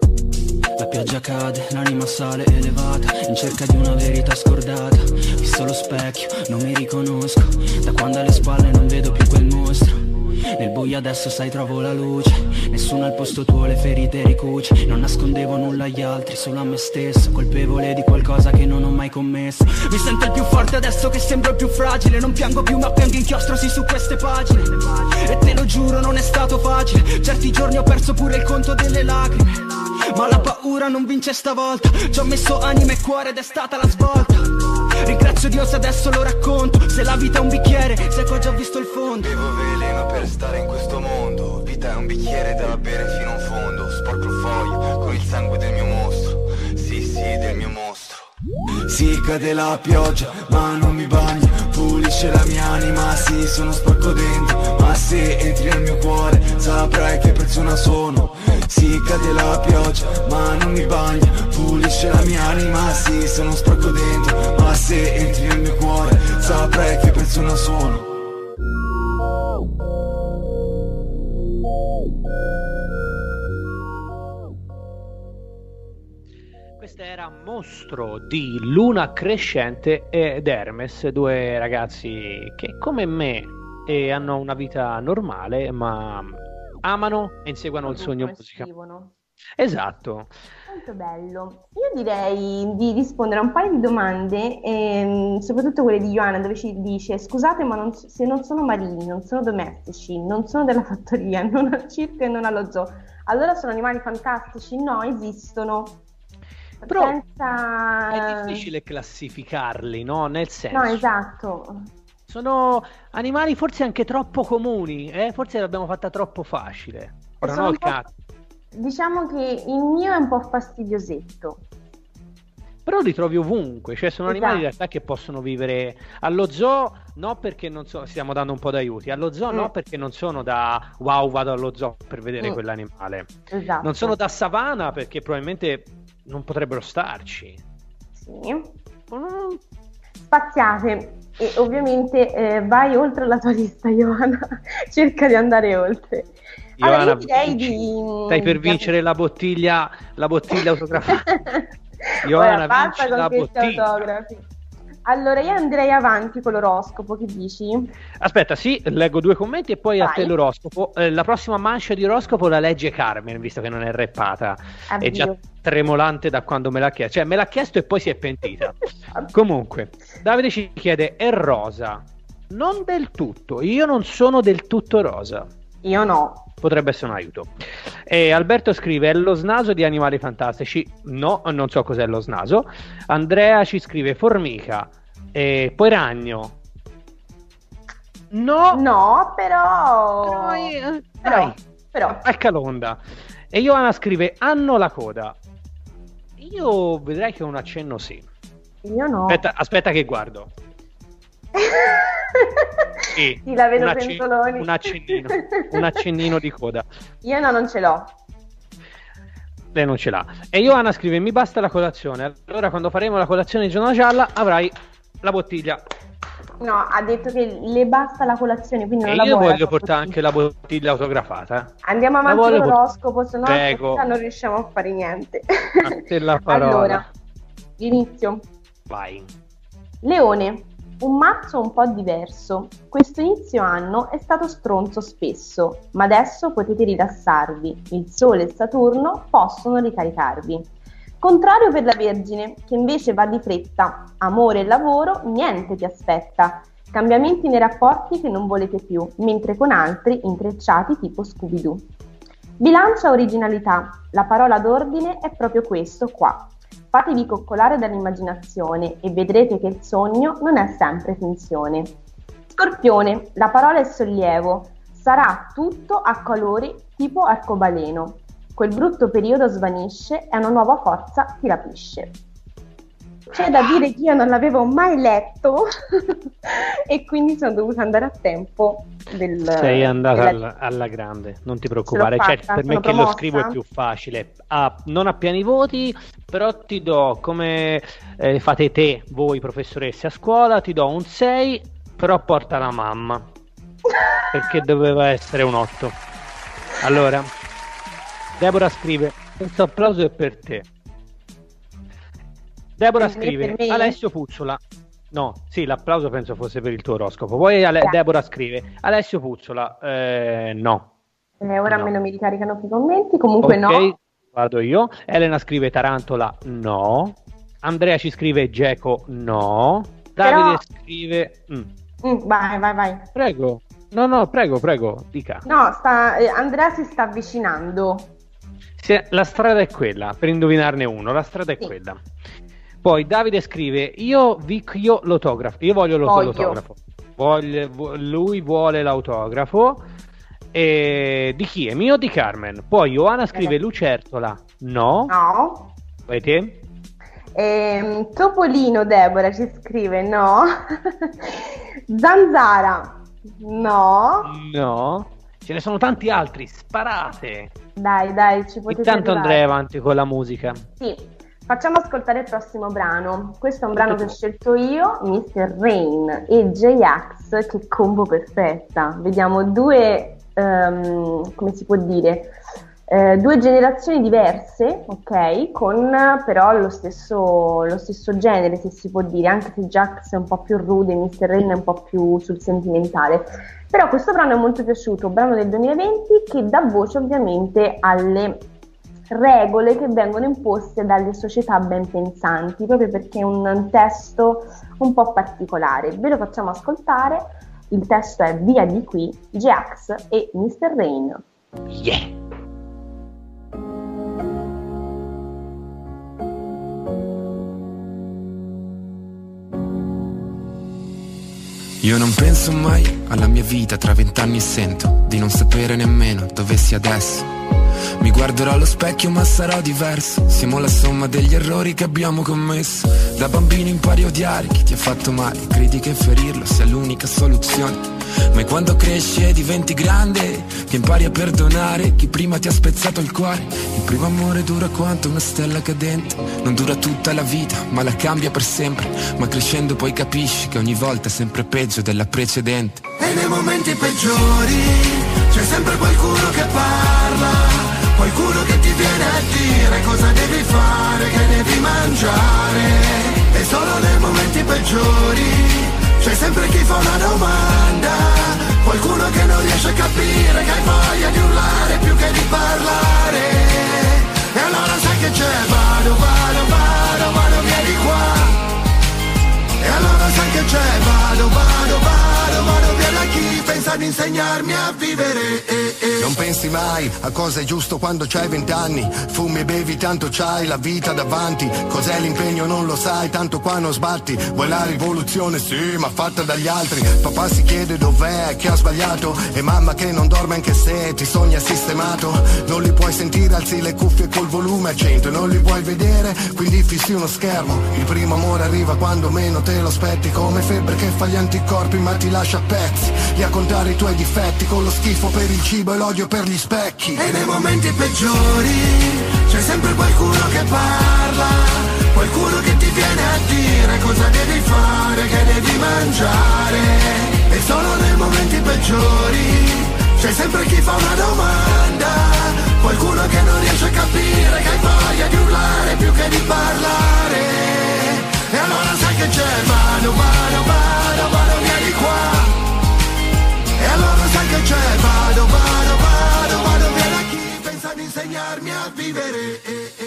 La pioggia cade, l'anima sale elevata, in cerca di una verità scordata. Visto lo specchio, non mi riconosco, da quando alle spalle non vedo più quel mostro. Nel buio adesso sai trovo la luce, nessuno al posto tuo le ferite ricuce. Non nascondevo nulla agli altri, solo a me stesso, colpevole di qualcosa che non ho mai commesso. Mi sento il più forte adesso che sembro il più fragile. Non piango più ma piango inchiostrosi su queste pagine. E te lo giuro non è stato facile, certi giorni ho perso pure il conto delle lacrime. Ma la paura non vince stavolta, ci ho messo anima e cuore ed è stata la svolta. Ringrazio Dio se adesso lo racconto, se la vita è un bicchiere, sai che ho già visto il fondo. Bevo veleno per stare in questo mondo, vita è un bicchiere da bere fino in fondo. Sporco il foglio con il sangue del mio mostro, sì sì del mio mostro. Si cade la pioggia ma non mi bagna, pulisce la mia anima, sì sono sporco dentro. Ma se entri nel mio cuore saprai che persona sono. Si cade la pioggia ma non mi bagna, pulisce la mia anima, sì sono sporco dentro. Ma se entri nel mio cuore saprai che persona sono. Questa era Mostro di Luna Crescente ed Hermes, due ragazzi che come me hanno una vita normale ma amano e inseguono il sogno musica. Esatto. Molto bello. Io direi di rispondere a un paio di domande, soprattutto quelle di Ioana, dove ci dice: scusate, ma se non sono marini, non sono domestici, non sono della fattoria, non al circo e non allo zoo, allora sono animali fantastici? No, esistono. Però Senza... è difficile classificarli, no? Nel senso, No, esatto. sono animali forse anche troppo comuni, forse l'abbiamo fatta troppo facile. Ora Sono no, un il po'- cazzo. Diciamo che il mio è un po' fastidiosetto. però li trovi ovunque, cioè sono animali in Esatto. realtà che possono vivere allo zoo, no perché non so, stiamo dando un po' d'aiuti, allo zoo no perché non sono da wow vado allo zoo per vedere quell'animale, Esatto. non sono da savana perché probabilmente non potrebbero starci. Sì. Mm. Spaziate e ovviamente vai oltre la tua lista, Ioana. Cerca di andare oltre. Allora, Ioana, io direi di... stai per vincere la bottiglia autografata. Ora Ioana basta vince con la questi bottiglia. autografi. Allora io andrei avanti con l'oroscopo, che dici? Aspetta, sì, leggo 2 commenti e poi a Vai. te l'oroscopo. La prossima mancia di oroscopo la legge Carmen, visto che non è reppata. È già Addio. tremolante da quando me l'ha chiesto. Cioè, me l'ha chiesto e poi si è pentita. Comunque, Davide ci chiede, è rosa? Non del tutto. Io non sono del tutto rosa. Io no. Potrebbe essere un aiuto. E Alberto scrive: è lo snaso di Animali Fantastici? No, non so cos'è lo snaso. Andrea ci scrive: formica. E poi ragno. No, No, però... però, ecco l'onda. E Ioana scrive: hanno la coda. Io vedrei che un accenno sì. Io no. Aspetta che guardo. Sì, Sì, la vedo pentoloni. un accennino di coda. Io no, non ce l'ho. Lei non ce l'ha. E Ioana scrive: mi basta la colazione. Allora quando faremo la colazione di giornata gialla avrai la bottiglia. No, ha detto che le basta la colazione, quindi non E la io vuole voglio la portare bottiglia. anche la bottiglia autografata. Andiamo La avanti con voglio l'oroscopo, se no Prego. stasera non riusciamo a fare niente. A te la parola. Allora, inizio. Vai. Leone, un mazzo un po' diverso. Questo inizio anno è stato stronzo spesso, ma adesso potete rilassarvi. Il Sole e Saturno possono ricaricarvi. Contrario per la Vergine, che invece va di fretta. Amore e lavoro, niente ti aspetta. Cambiamenti nei rapporti che non volete più, mentre con altri intrecciati tipo Scooby-Doo. Bilancia originalità. La parola d'ordine è proprio questo qua. Fatevi coccolare dall'immaginazione e vedrete che il sogno non è sempre finzione. Scorpione, la parola è sollievo. Sarà tutto a colori tipo arcobaleno. Quel brutto periodo svanisce e una nuova forza ti rapisce. C'è da dire che io non l'avevo mai letto e quindi sono dovuta andare a tempo sei andata alla grande, non ti preoccupare. fatta, Certo, per me sono che lo promossa. scrivo è più facile. Non a pieni voti, però ti do, come fate te, voi professoresse a scuola, ti do un 6, però porta la mamma, perché doveva essere un 8. Allora, Deborah scrive: questo applauso è per te. Deborah scrive: per me? Alessio Puczola. No, sì, l'applauso penso fosse per il tuo oroscopo. Poi Deborah scrive: Alessio Puczola, no. Ora No. me non mi ricaricano più i commenti, comunque Ok, no. vado io. Elena scrive Tarantola, no. Andrea ci scrive Geco, no. Davide scrive Vai. prego. No, prego, dica. No, Andrea si sta avvicinando. La strada è quella, per indovinarne uno, la strada è Sì. quella. Poi Davide scrive: io l'autografo, io voglio l'autografo. Lui vuole l'autografo. E di chi? È mio o di Carmen? Poi Ioana scrive Lucertola, no. No. Vai te? Topolino Deborah ci scrive no. Zanzara no. No. Ce ne sono tanti altri, sparate. Dai, ci potete Intanto arrivare. andrei avanti con la musica. Sì, facciamo ascoltare il prossimo brano. Questo è un brano che ho scelto io, Mr. Rain e J-Ax, che combo perfetta. Vediamo due, come si può dire, due generazioni diverse, ok? Con però lo stesso genere, se si può dire, anche se J-Ax è un po' più rude, Mr. Rain è un po' più sul sentimentale. Però questo brano è molto piaciuto, un brano del 2020 che dà voce ovviamente alle regole che vengono imposte dalle società ben pensanti, proprio perché è un testo un po' particolare. Ve lo facciamo ascoltare, il testo è Via di qui, J-Ax e Mr. Rain. Yeah. Io non penso mai alla mia vita tra 20 anni e sento di non sapere nemmeno dove sia adesso. Mi guarderò allo specchio ma sarò diverso. Siamo la somma degli errori che abbiamo commesso. Da bambino impari a odiare chi ti ha fatto male. Credi che ferirlo sia l'unica soluzione. Ma quando cresci e diventi grande, che impari a perdonare chi prima ti ha spezzato il cuore. Il primo amore dura quanto una stella cadente. Non dura tutta la vita, ma la cambia per sempre. Ma crescendo poi capisci che ogni volta è sempre peggio della precedente. E nei momenti peggiori c'è sempre qualcuno che parla, qualcuno che ti viene a dire cosa devi fare, che devi mangiare. E solo nei momenti peggiori c'è sempre chi fa una domanda, qualcuno che non riesce a capire che hai voglia di urlare più che di parlare. E allora sai che c'è, vado vieni qua. E allora sai che c'è, vado via da chi pensa di insegnarmi a vivere. Non pensi mai a cosa è giusto quando c'hai 20 anni. Fumi e bevi tanto c'hai la vita davanti. Cos'è l'impegno non lo sai, tanto qua non sbatti. Vuoi la rivoluzione? Sì, ma fatta dagli altri. Papà si chiede dov'è, chi ha sbagliato. E mamma che non dorme anche se ti sogna sistemato. Non li puoi sentire, alzi le cuffie col volume a 100. Non li vuoi vedere, quindi fissi uno schermo. Il primo amore arriva quando meno te lo aspetti. Come febbre che fa gli anticorpi ma ti lascia a pezzi. Lì a contare i tuoi difetti, con lo schifo per il cibo e l'odio per gli specchi. E nei momenti peggiori c'è sempre qualcuno che parla, qualcuno che ti viene a dire cosa devi fare, che devi mangiare. E solo nei momenti peggiori c'è sempre chi fa una domanda, qualcuno che non riesce a capire che hai voglia di urlare più che di parlare. E allora sai che c'è, vado via di qua. E allora sai che c'è, vado via da chi pensa di insegnarmi a vivere.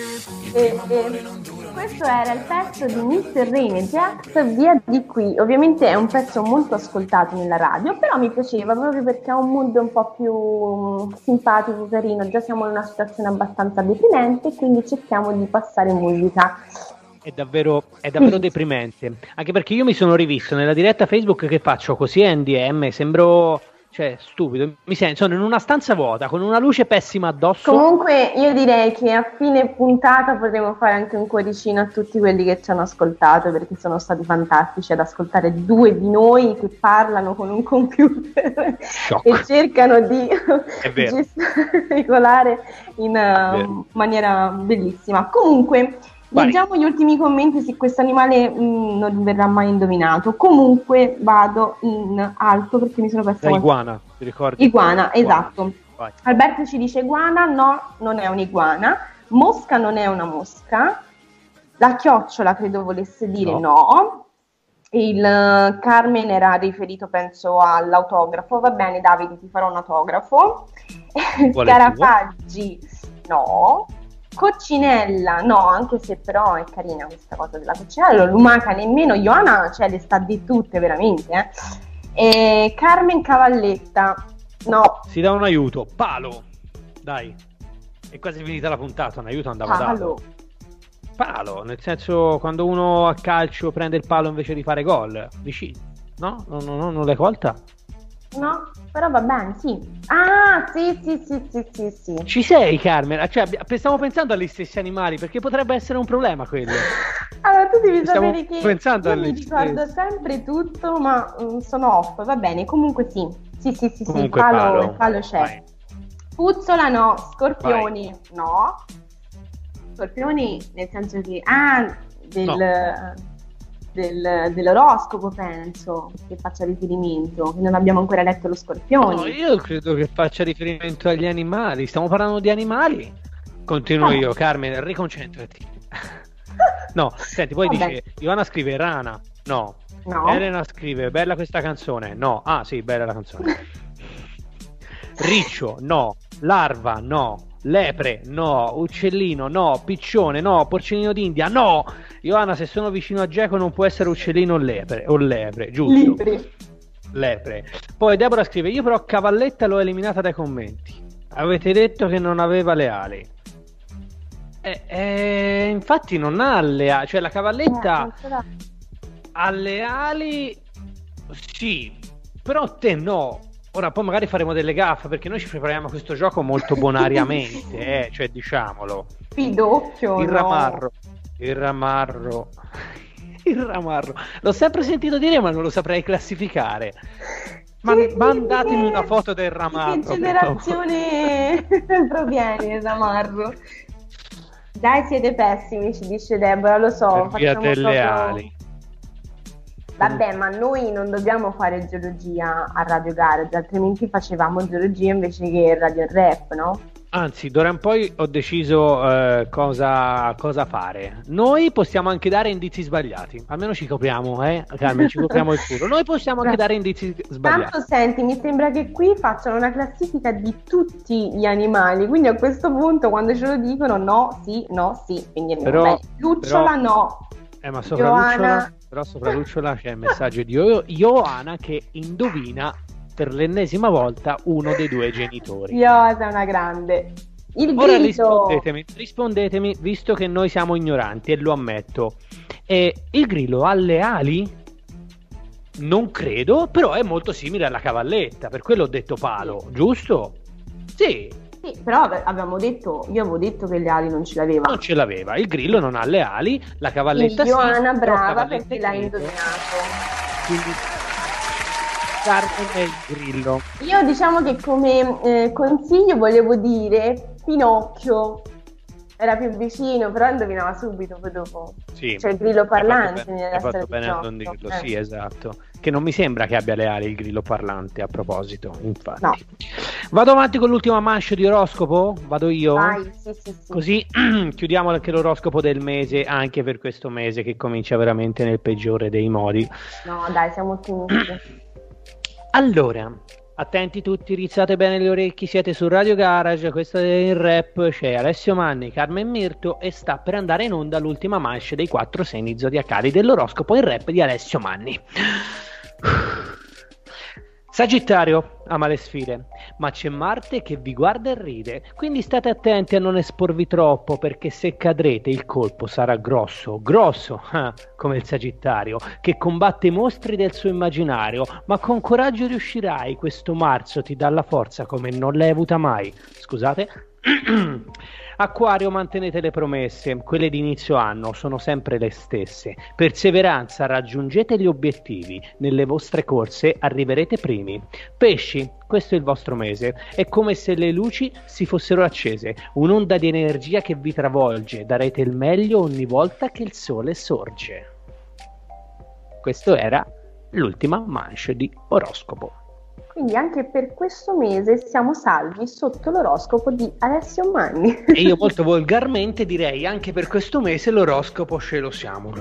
Questo era il pezzo di Mr. Rain e Jax, Via di qui. Ovviamente è un pezzo molto ascoltato nella radio, però mi piaceva proprio perché ha un mood un po' più simpatico, carino. Già siamo in una situazione abbastanza deprimente, quindi cerchiamo di passare musica. È davvero deprimente, anche perché io mi sono rivisto nella diretta Facebook che faccio così NDM, sembro stupido, sono in una stanza vuota con una luce pessima addosso. Comunque io direi che a fine puntata potremo fare anche un cuoricino a tutti quelli che ci hanno ascoltato, perché sono stati fantastici ad ascoltare due di noi che parlano con un computer e cercano di gesticolare in maniera bellissima. Comunque leggiamo gli ultimi commenti se questo animale non verrà mai indovinato. Comunque vado in alto perché mi sono persa iguana, ti ricordi? Iguana, esatto. Vai. Alberto ci dice iguana, no, non è un'iguana. Mosca non è una mosca. La chiocciola credo volesse dire no. Il Carmen era riferito penso all'autografo. Va bene Davide, ti farò un autografo. Scarafaggi no. Coccinella no, anche se però è carina questa cosa della coccinella. Lumaca nemmeno. Ioana le sta di tutte veramente E Carmen Cavalletta no. Si dà un aiuto, palo, dai, è quasi finita la puntata, un aiuto andava dato. Palo, nel senso quando uno a calcio prende il palo invece di fare gol, vicino, no? Non l'hai colta? No, però va bene, sì. Ah, sì. Ci sei, Carmen? Stiamo pensando agli stessi animali, perché potrebbe essere un problema quello. Allora, tu devi sapere che io mi ricordo sempre tutto, ma sono off, va bene. Comunque sì, comunque, palo c'è. Vai. Puzzola no, scorpioni no. Scorpioni nel senso che dell'oroscopo penso che faccia riferimento, che non abbiamo ancora letto lo scorpione. No, io credo che faccia riferimento agli animali, stiamo parlando di animali. Continuo io, Carmen, riconcentrati. No, senti, poi dice Ivana scrive rana, no. Elena scrive bella questa canzone, no. Ah sì, bella la canzone. Riccio, no. Larva, no. Lepre, no. Uccellino, no. Piccione, no. Porcellino d'India, no. Ioana, se sono vicino a Geco non può essere uccellino o lepre, giusto? Lepre. Poi Deborah scrive io però Cavalletta l'ho eliminata dai commenti. Avete detto che non aveva le ali. Infatti non ha le ali, cioè la Cavalletta ha le ali, sì, però te no. Ora poi magari faremo delle gaffe perché noi ci prepariamo a questo gioco molto bonariamente, cioè diciamolo. Pidocchio, Il no. ramarro, il ramarro, il ramarro. L'ho sempre sentito dire, ma non lo saprei classificare. Mandatemi una foto del ramarro. Di che generazione proviene il ramarro? Dai, siete pessimi, ci dice Deborah, lo so. Per via facciamo delle proprio- ali. Vabbè, ma noi non dobbiamo fare geologia a Radio Garage, altrimenti facevamo geologia invece che radio rap, no? Anzi, d'ora in poi ho deciso cosa fare. Noi possiamo anche dare indizi sbagliati. Almeno ci copriamo, Carmen, ci copriamo il culo. Noi possiamo anche dare indizi sbagliati. Tanto senti, mi sembra che qui facciano una classifica di tutti gli animali, quindi a questo punto quando ce lo dicono no, sì, quindi Però- bene. Lucciola però- no. Ma sopra Ioana. Lucciola, però sopra Lucciola c'è il messaggio di Ioana che indovina per l'ennesima volta uno dei due genitori. Io sei una grande. Il Ora grido. rispondetemi, visto che noi siamo ignoranti e lo ammetto. Il grillo ha le ali? Non credo, però è molto simile alla cavalletta, per quello ho detto palo, giusto? Sì, Sì, però io avevo detto che le ali non ce l'aveva. non ce l'aveva. Il grillo non ha le ali, la cavalletta sì. Ioana però brava cavalletta perché l'ha credo. indovinato. Quindi Carmen è il grillo. Io diciamo che come consiglio volevo dire Pinocchio. Era più vicino, però indovinava subito poi dopo. Sì. C'è il grillo parlante Hai nella fatto storia di bene a non Pinocchio. dirlo, sì, esatto. Che non mi sembra che abbia le ali il grillo parlante, a proposito, infatti. No. Vado avanti con l'ultima manche di oroscopo? Vado io? Vai, sì. Così chiudiamo anche l'oroscopo del mese, anche per questo mese che comincia veramente nel peggiore dei modi. No, dai, siamo ottimisti. Allora, attenti tutti, rizzate bene le orecchie, siete su Radio Garage, questo è il rap, c'è Alessio Manni, Carmen Mirto e sta per andare in onda l'ultima manche dei 4 segni zodiacali dell'oroscopo il rap di Alessio Manni. Sagittario, ama le sfide, ma c'è Marte che vi guarda e ride, quindi state attenti a non esporvi troppo perché se cadrete il colpo sarà grosso, come il Sagittario, che combatte i mostri del suo immaginario, ma con coraggio riuscirai, questo marzo ti dà la forza come non l'hai avuta mai. Scusate. Acquario, mantenete le promesse, quelle di inizio anno sono sempre le stesse. Perseveranza, raggiungete gli obiettivi, nelle vostre corse arriverete primi. Pesci, questo è il vostro mese, è come se le luci si fossero accese, un'onda di energia che vi travolge, darete il meglio ogni volta che il sole sorge. Questo era l'ultima manche di oroscopo. Quindi anche per questo mese siamo salvi sotto l'oroscopo di Alessio Manni. E io molto volgarmente direi anche per questo mese l'oroscopo ce lo siamo.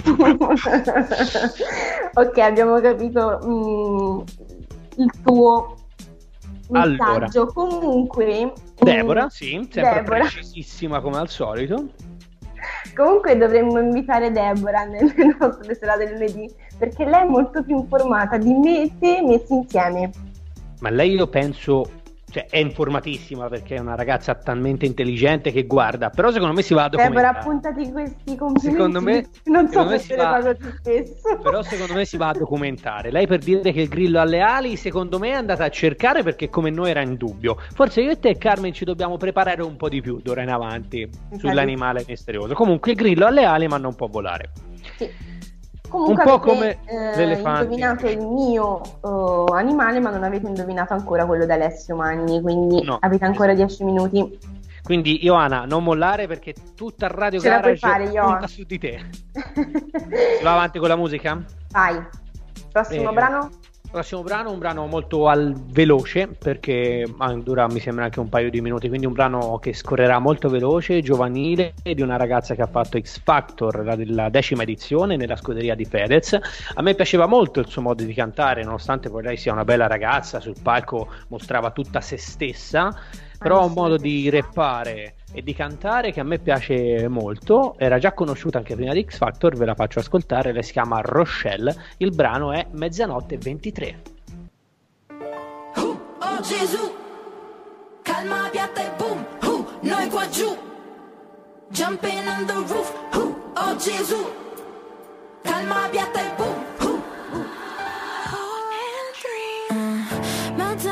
Ok, abbiamo capito il tuo messaggio. Allora. Comunque Deborah, sì, sempre Deborah. precisissima come al solito. Comunque dovremmo invitare Deborah nelle nostre serate del lunedì, perché lei è molto più informata di me e te messi insieme. Ma lei io penso, cioè è informatissima perché è una ragazza talmente intelligente che guarda, però secondo me si va a documentare. Deborah, appuntati questi complimenti. Secondo me- non so secondo me se si te le va- pago più spesso. Però secondo me si va a documentare. Lei per dire che il grillo ha le ali, secondo me è andata a cercare perché come noi era in dubbio. Forse io e te, Carmen, ci dobbiamo preparare un po' di più d'ora in avanti sull'animale misterioso. Comunque il grillo ha le ali ma non può volare. Sì. Comunque Un po' avete, come l'elefante. indovinato il mio animale, ma non avete indovinato ancora quello di Alessio Magni, quindi No. avete ancora 10 minuti. Quindi Ioana, non mollare perché tutta Radio Ce la puoi Garage fare, Ioana. punta su di te. Si va avanti con la musica? Vai, prossimo brano? Prossimo brano, un brano molto veloce perché dura mi sembra anche un paio di minuti, quindi un brano che scorrerà molto veloce, giovanile, di una ragazza che ha fatto X Factor, la 10ª edizione nella scuderia di Fedez. A me piaceva molto il suo modo di cantare, nonostante poi lei sia una bella ragazza, sul palco mostrava tutta se stessa, però ha un modo di rappare e di cantare che a me piace molto. Era già conosciuta anche prima di X Factor, ve la faccio ascoltare. Lei si chiama Rochelle, il brano è Mezzanotte 23. Oh Gesù, calma piatta e boom, noi qua giù, jumping on the roof, oh Gesù, calma piatta e boom,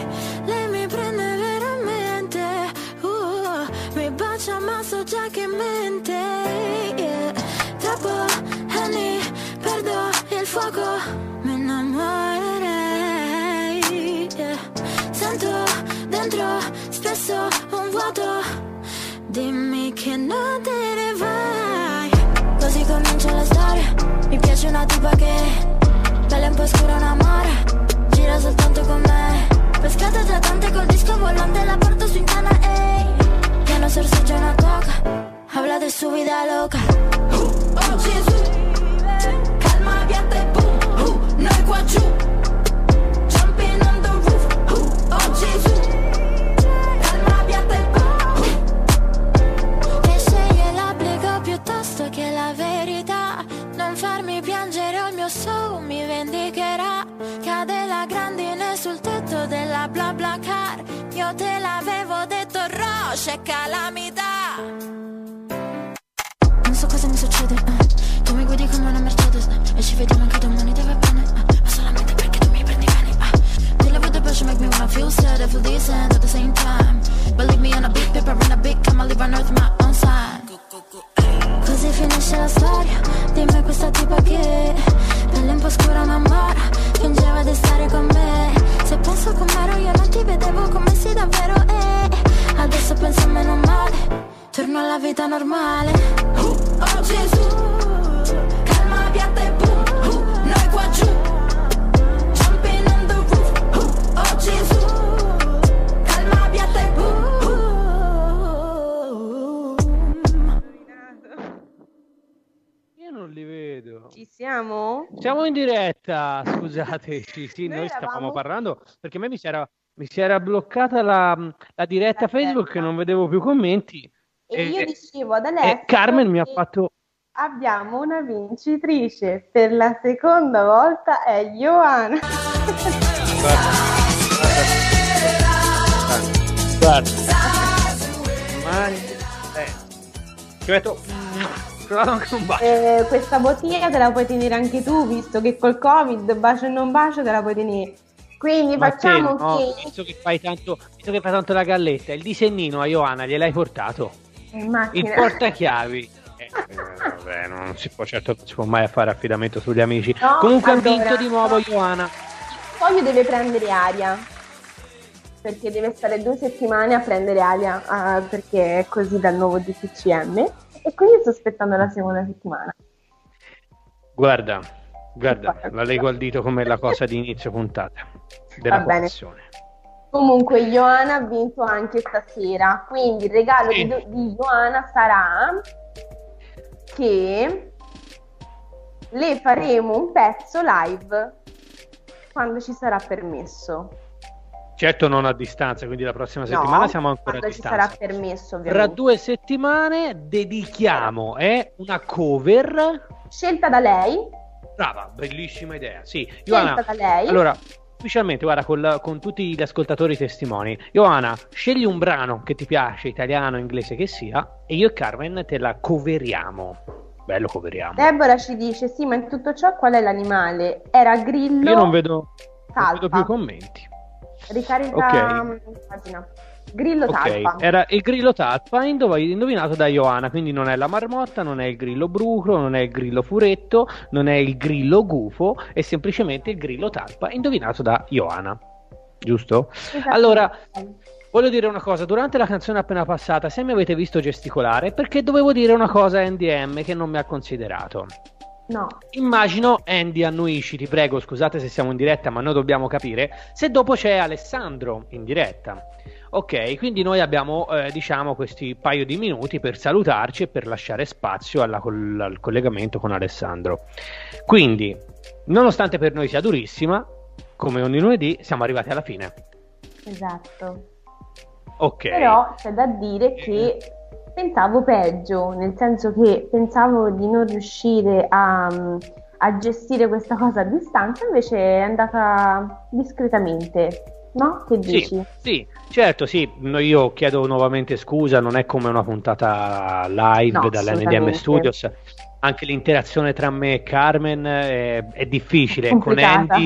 lei mi prende veramente, mi bacia ma so già che mente, yeah. Troppo anni, perdo il fuoco, mi innamorerei, yeah. Sento dentro spesso un vuoto, dimmi che non te ne vai. Così comincia la storia, mi piace una tipa che bella un po' scura, un amore, gira soltanto con me, pescata tra tante col disco volante, la porto su in cana, ehi. Piano sorseggia una coca, habla de su vida loca. Oh Gesù, calma, piatta e boom, noi qua giù, jumping on the roof. Oh Gesù, calma, piatta e boom. E sceglie l'obbligo piuttosto che la verità, non farmi piangere o il mio soul mi vendicherà. Cade la grandine sul tetto della bla bla car, io te l'avevo detto, Roche è calamità. Non so cosa mi succede, tu mi guidi come una Mercedes, e ci vediamo anche domani, deve bene, ma solamente perché tu mi prendi bene. Dealing with the pressure make me wanna feel sad, I feel decent at the same time. Believe me on a big paper, in a big come I live on earth my own sign. Così finisce la storia, dimmi questa tipa che pelle un po' scura ma mora, fingeva di stare con me. Se penso com'ero io non ti vedevo come sei davvero, adesso penso meno male, torno alla vita normale. Oh Gesù, calma, piatta e boom, noi qua giù, jumping on the roof. Oh Gesù, calma, piatta e boom. Io non li vedo. Ci siamo? Siamo in diretta, scusateci, sì, noi stavamo parlando perché a me mi si era bloccata la diretta Facebook e non vedevo più commenti. E io dicevo ad Alessio Carmen mi ha fatto... Abbiamo una vincitrice, per la seconda volta è Ioana. Guarda. Ti metto... anche un bacio. Questa bottiglia te la puoi tenere anche tu, visto che col Covid bacio e non bacio te la puoi tenere. Quindi facciamo che... Visto che fai tanto la galletta, il disegnino a Ioana gliel'hai portato? Il portachiavi. Vabbè, non si può mai fare affidamento sugli amici. No, comunque ha vinto di nuovo Ioana. Il foglio deve prendere aria, perché deve stare 2 settimane a prendere aria, perché è così dal nuovo DPCM, e quindi sto aspettando la seconda settimana. Guarda, la leggo al dito come la cosa di inizio puntata della commissione. Comunque Ioana ha vinto anche stasera, quindi il regalo di Ioana sarà che le faremo un pezzo live quando ci sarà permesso. Certo, non a distanza, quindi la prossima settimana siamo ancora a distanza. Quando ci sarà permesso, ovviamente. Tra 2 settimane dedichiamo una cover scelta da lei. Brava, bellissima idea. Sì, Ioana, scelta da lei. Allora, ufficialmente, guarda, con tutti gli ascoltatori testimoni, Ioana, scegli un brano che ti piace, italiano, inglese che sia, e io e Carmen te la coveriamo. Bello, coveriamo. Deborah ci dice: sì, ma in tutto ciò qual è l'animale? Era grillo. Io non vedo più commenti. Ricarica pagina. Grillo talpa. Era il grillo talpa indovinato da Ioana, quindi non è la marmotta, non è il grillo bruco, non è il grillo furetto, non è il grillo gufo, è semplicemente il grillo talpa indovinato da Ioana, giusto? Allora, voglio dire una cosa, durante la canzone appena passata, se mi avete visto gesticolare, perché dovevo dire una cosa a NDM che non mi ha considerato. No. Immagino, Andy, annuisci, ti prego, scusate se siamo in diretta, ma noi dobbiamo capire se dopo c'è Alessandro in diretta. Ok, quindi noi abbiamo questi paio di minuti per salutarci e per lasciare spazio al collegamento con Alessandro. Quindi, nonostante per noi sia durissima, come ogni lunedì, siamo arrivati alla fine. Esatto. Ok. Però c'è da dire che pensavo peggio, nel senso che pensavo di non riuscire a gestire questa cosa a distanza, invece è andata discretamente. No? Che dici? Sì, certo, sì. Io chiedo nuovamente scusa, non è come una puntata live dall'NDM Studios. Anche l'interazione tra me e Carmen è difficile. Con Andy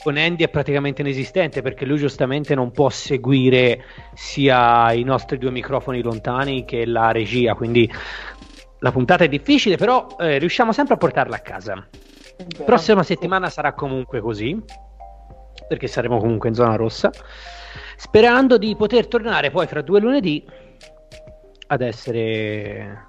con Andy è praticamente inesistente, perché lui giustamente non può seguire sia i nostri 2 microfoni lontani che la regia, quindi la puntata è difficile, però riusciamo sempre a portarla a casa. Prossima settimana sarà comunque così, perché saremo comunque in zona rossa, sperando di poter tornare poi fra 2 lunedì ad essere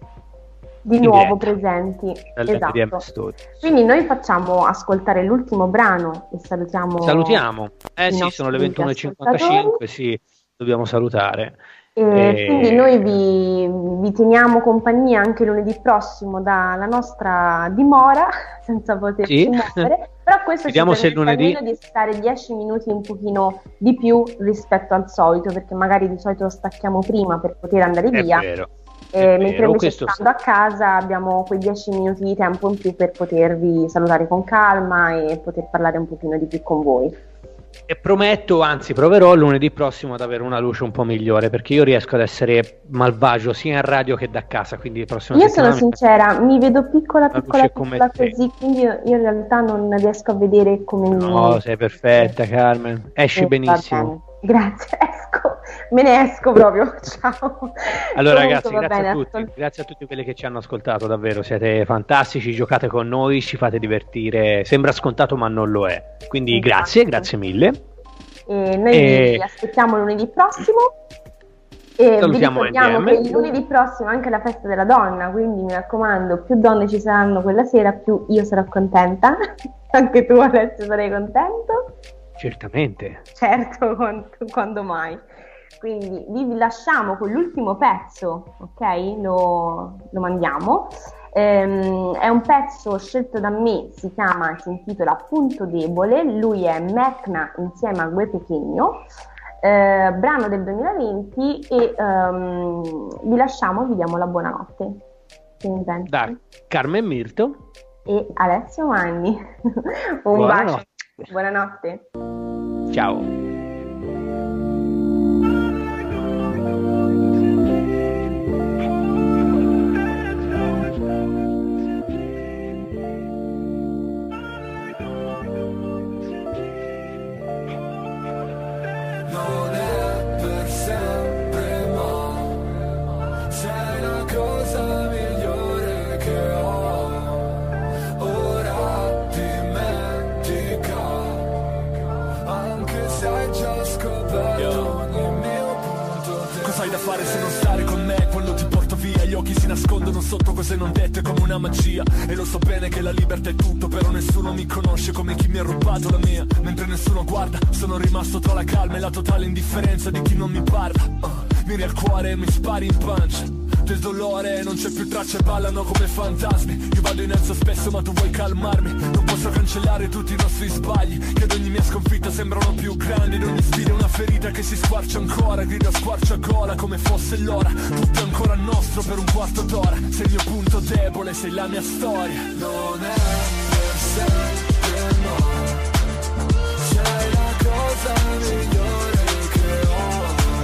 di nuovo presenti. Esatto. Quindi noi facciamo ascoltare l'ultimo brano e salutiamo. Sì, sono le 21:55, sì, dobbiamo salutare. Quindi noi vi teniamo compagnia anche lunedì prossimo dalla nostra dimora, senza poterci muovere, però questo ci permette almeno di stare 10 minuti un pochino di più rispetto al solito, perché magari di solito stacchiamo prima per poter andare via. Mentre invece stando a casa abbiamo quei 10 minuti di tempo in più per potervi salutare con calma e poter parlare un pochino di più con voi. E prometto, anzi proverò lunedì prossimo ad avere una luce un po' migliore, perché io riesco ad essere malvagio sia in radio che da casa, quindi io sono sincera, mi vedo piccola così, quindi io in realtà non riesco a vedere come no, sei perfetta Carmen, esci benissimo. Grazie, me ne esco proprio. Ciao. Allora ragazzi, grazie a tutti quelli che ci hanno ascoltato, davvero siete fantastici, giocate con noi, ci fate divertire, sembra scontato ma non lo è, quindi grazie mille. E noi vi aspettiamo lunedì prossimo e vi ricordiamo che lunedì prossimo è anche la festa della donna, quindi mi raccomando, più donne ci saranno quella sera, più io sarò contenta. Anche tu Alessio sarai contento? Certamente. Certo, quando mai. Quindi vi lasciamo con l'ultimo pezzo, ok? Lo mandiamo. È un pezzo scelto da me, si intitola Punto Debole, lui è Mecna insieme a Gue Pechegno, brano del 2020 e vi lasciamo, vi diamo la buonanotte. Da Carmen Mirto e Alessio Manni. Un bacio. Buonanotte. Ciao. Nascondono sotto cose non dette come una magia. E lo so bene che la libertà è tutto, però nessuno mi conosce come chi mi ha rubato la mia. Mentre nessuno guarda, sono rimasto tra la calma e la totale indifferenza di chi non mi parla. Miri al cuore e mi spari in pancia. Del dolore non c'è più traccia e ballano come fantasmi. Io vado in alzo spesso ma tu vuoi calmarmi. Non posso cancellare tutti i nostri sbagli, che ad ogni mia sconfitta sembrano più grandi. Ed ogni stile è una ferita che si squarcia ancora. Grido a squarciagola come fosse l'ora. Tutto è ancora nostro per un quarto d'ora. Sei il mio punto debole, sei la mia storia. Non è per sempre no. Sei la cosa migliore che ho.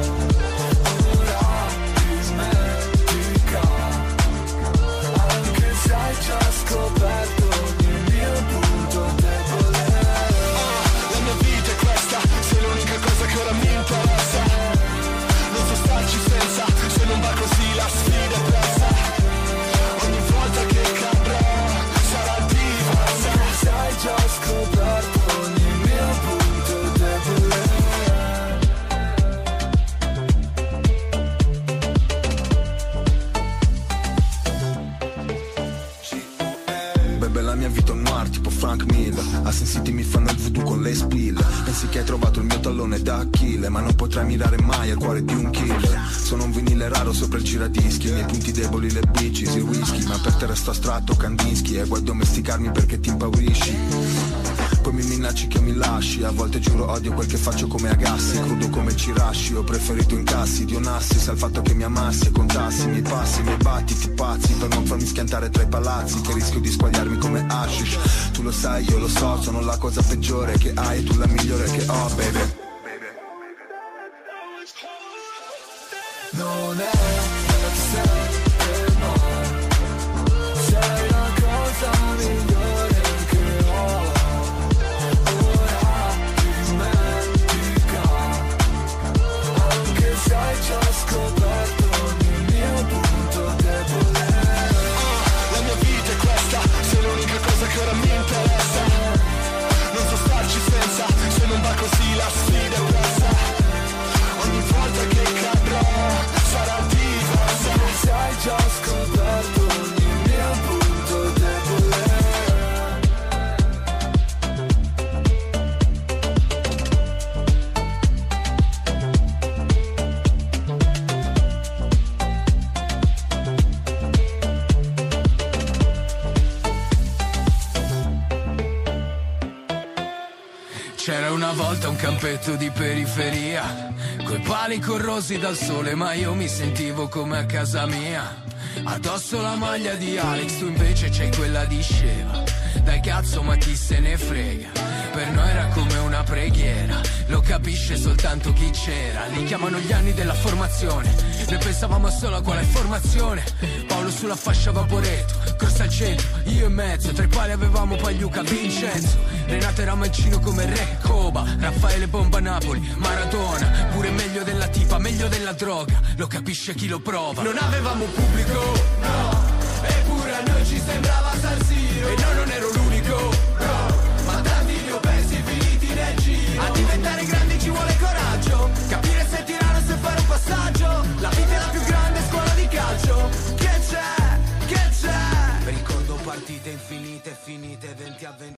Hai già scoperto il mio punto debole. La mia vita è questa, sei l'unica cosa che ora mi interessa. Non so starci senza, se non va così la sfida è persa. Ogni volta che cadrò sarà diversa. Hai già scoperto il mio punto debole. La mia vita è un noir tipo Frank Miller. A Sin City mi fanno il voodoo con le spille. Pensi che hai trovato il mio tallone d'Achille, ma non potrai mirare mai al cuore di un killer. Sono un vinile raro sopra il giradischi. I miei punti deboli, le bitches, il whisky. Ma per te resto astratto, Kandinsky. E vuoi domesticarmi perché ti impaurisci. Poi mi minacci che mi lasci. A volte giuro odio quel che faccio come Agassi. Crudo come Cirashi, ho preferito incassi. Dionassi al fatto che mi amassi e contassi i miei passi, i miei battiti pazzi. Per non farmi schiantare tra i palazzi, che rischio di squagliarmi come hashish. Tu lo sai, io lo so, sono la cosa peggiore che hai e tu la migliore che ho, baby. Non è per sempre no. Sei la cosa migliore che ho. Ora C'era una volta un campetto di periferia, coi pali corrosi dal sole, ma io mi sentivo come a casa mia. Addosso la maglia di Alex, tu invece c'hai quella di Sceva. Dai cazzo, ma chi se ne frega, per noi era come una preghiera, lo capisce soltanto chi c'era. Li chiamano gli anni della formazione, noi pensavamo solo a quale formazione. Paolo sulla fascia Vaporetto, corsa al centro, io in mezzo, tra i pali avevamo Pagliuca, Vincenzo, Renato era mancino come Re, Coba, Raffaele Bomba Napoli, Maradona, pure meglio della tipa, meglio della droga, lo capisce chi lo prova. Non avevamo un pubblico, no, eppure a noi ci sembrava San Siro, e no, non ero l'unico, no, ma tanti li ho persi finiti nel giro. A diventare grandi ci vuole coraggio, capire se tirare o se fare un passaggio, la vita è la più grande scuola di calcio. Che c'è? Ricordo partite infinite, finite 20 a 20.